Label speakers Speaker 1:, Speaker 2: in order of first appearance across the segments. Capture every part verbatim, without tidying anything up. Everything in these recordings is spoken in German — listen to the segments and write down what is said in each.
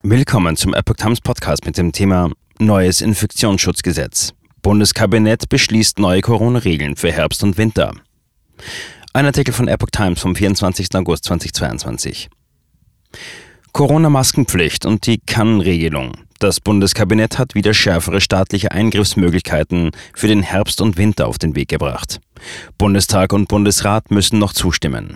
Speaker 1: Willkommen zum Epoch Times Podcast mit dem Thema Neues Infektionsschutzgesetz. Bundeskabinett beschließt neue Corona-Regeln für Herbst und Winter. Ein Artikel von Epoch Times vom vierundzwanzigsten August zweitausendzweiundzwanzig. Corona-Maskenpflicht und die Kann-Regelung. Das Bundeskabinett hat wieder schärfere staatliche Eingriffsmöglichkeiten für den Herbst und Winter auf den Weg gebracht. Bundestag und Bundesrat müssen noch zustimmen.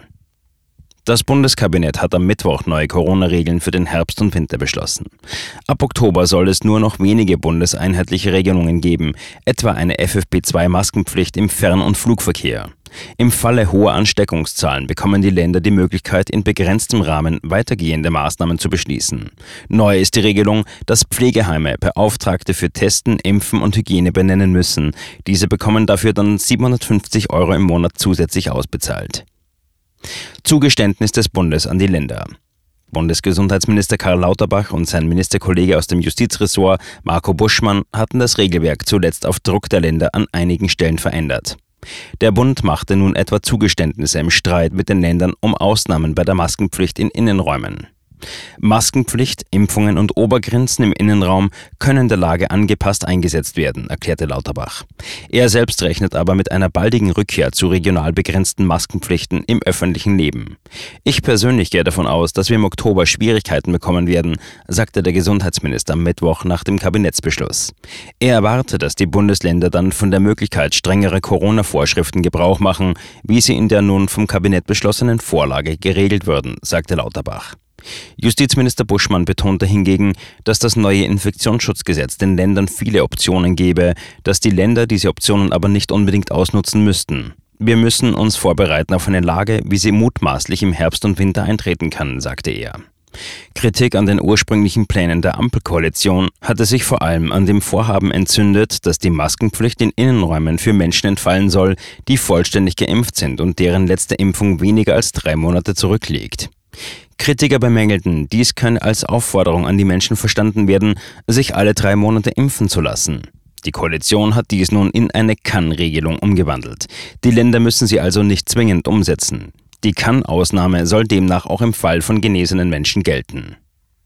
Speaker 1: Das Bundeskabinett hat am Mittwoch neue Corona-Regeln für den Herbst und Winter beschlossen. Ab Oktober soll es nur noch wenige bundeseinheitliche Regelungen geben, etwa eine F F P zwei Maskenpflicht im Fern- und Flugverkehr. Im Falle hoher Ansteckungszahlen bekommen die Länder die Möglichkeit, in begrenztem Rahmen weitergehende Maßnahmen zu beschließen. Neu ist die Regelung, dass Pflegeheime Beauftragte für Testen, Impfen und Hygiene benennen müssen. Diese bekommen dafür dann siebenhundertfünfzig Euro im Monat zusätzlich ausbezahlt. Zugeständnis des Bundes an die Länder. Bundesgesundheitsminister Karl Lauterbach und sein Ministerkollege aus dem Justizressort Marco Buschmann hatten das Regelwerk zuletzt auf Druck der Länder an einigen Stellen verändert. Der Bund machte nun etwa Zugeständnisse im Streit mit den Ländern um Ausnahmen bei der Maskenpflicht in Innenräumen. Maskenpflicht, Impfungen und Obergrenzen im Innenraum können der Lage angepasst eingesetzt werden, erklärte Lauterbach. Er selbst rechnet aber mit einer baldigen Rückkehr zu regional begrenzten Maskenpflichten im öffentlichen Leben. Ich persönlich gehe davon aus, dass wir im Oktober Schwierigkeiten bekommen werden, sagte der Gesundheitsminister am Mittwoch nach dem Kabinettsbeschluss. Er erwartet, dass die Bundesländer dann von der Möglichkeit strengerer Corona-Vorschriften Gebrauch machen, wie sie in der nun vom Kabinett beschlossenen Vorlage geregelt würden, sagte Lauterbach. Justizminister Buschmann betonte hingegen, dass das neue Infektionsschutzgesetz den Ländern viele Optionen gebe, dass die Länder diese Optionen aber nicht unbedingt ausnutzen müssten. Wir müssen uns vorbereiten auf eine Lage, wie sie mutmaßlich im Herbst und Winter eintreten kann, sagte er. Kritik an den ursprünglichen Plänen der Ampelkoalition hatte sich vor allem an dem Vorhaben entzündet, dass die Maskenpflicht in Innenräumen für Menschen entfallen soll, die vollständig geimpft sind und deren letzte Impfung weniger als drei Monate zurückliegt. Kritiker bemängelten, dies könne als Aufforderung an die Menschen verstanden werden, sich alle drei Monate impfen zu lassen. Die Koalition hat dies nun in eine Kann-Regelung umgewandelt. Die Länder müssen sie also nicht zwingend umsetzen. Die Kann-Ausnahme soll demnach auch im Fall von genesenen Menschen gelten.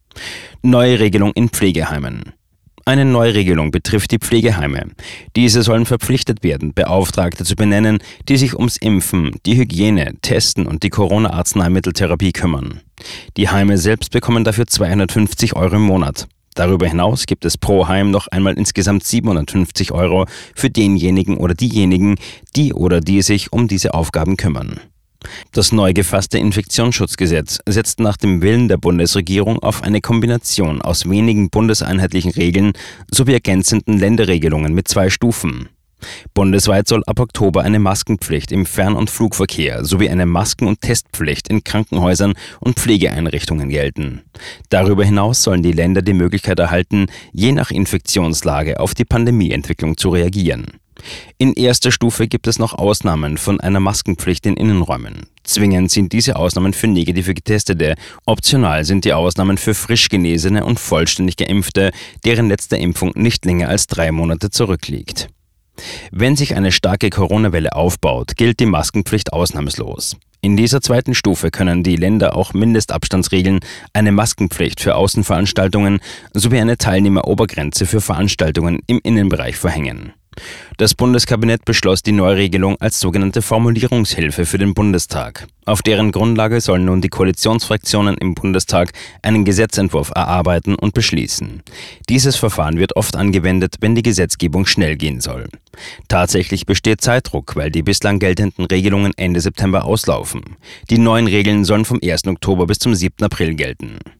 Speaker 1: Neue Regelung in Pflegeheimen. Eine Neuregelung betrifft die Pflegeheime. Diese sollen verpflichtet werden, Beauftragte zu benennen, die sich ums Impfen, die Hygiene, Testen und die Corona-Arzneimitteltherapie kümmern. Die Heime selbst bekommen dafür zweihundertfünfzig Euro im Monat. Darüber hinaus gibt es pro Heim noch einmal insgesamt siebenhundertfünfzig Euro für denjenigen oder diejenigen, die oder die sich um diese Aufgaben kümmern. Das neu gefasste Infektionsschutzgesetz setzt nach dem Willen der Bundesregierung auf eine Kombination aus wenigen bundeseinheitlichen Regeln sowie ergänzenden Länderregelungen mit zwei Stufen. Bundesweit soll ab Oktober eine Maskenpflicht im Fern- und Flugverkehr sowie eine Masken- und Testpflicht in Krankenhäusern und Pflegeeinrichtungen gelten. Darüber hinaus sollen die Länder die Möglichkeit erhalten, je nach Infektionslage auf die Pandemieentwicklung zu reagieren. In erster Stufe gibt es noch Ausnahmen von einer Maskenpflicht in Innenräumen. Zwingend sind diese Ausnahmen für negative Getestete, optional sind die Ausnahmen für frisch Genesene und vollständig Geimpfte, deren letzte Impfung nicht länger als drei Monate zurückliegt. Wenn sich eine starke Corona-Welle aufbaut, gilt die Maskenpflicht ausnahmslos. In dieser zweiten Stufe können die Länder auch Mindestabstandsregeln, eine Maskenpflicht für Außenveranstaltungen sowie eine Teilnehmerobergrenze für Veranstaltungen im Innenbereich verhängen. Das Bundeskabinett beschloss die Neuregelung als sogenannte Formulierungshilfe für den Bundestag. Auf deren Grundlage sollen nun die Koalitionsfraktionen im Bundestag einen Gesetzentwurf erarbeiten und beschließen. Dieses Verfahren wird oft angewendet, wenn die Gesetzgebung schnell gehen soll. Tatsächlich besteht Zeitdruck, weil die bislang geltenden Regelungen Ende September auslaufen. Die neuen Regeln sollen vom ersten Oktober bis zum siebten April gelten.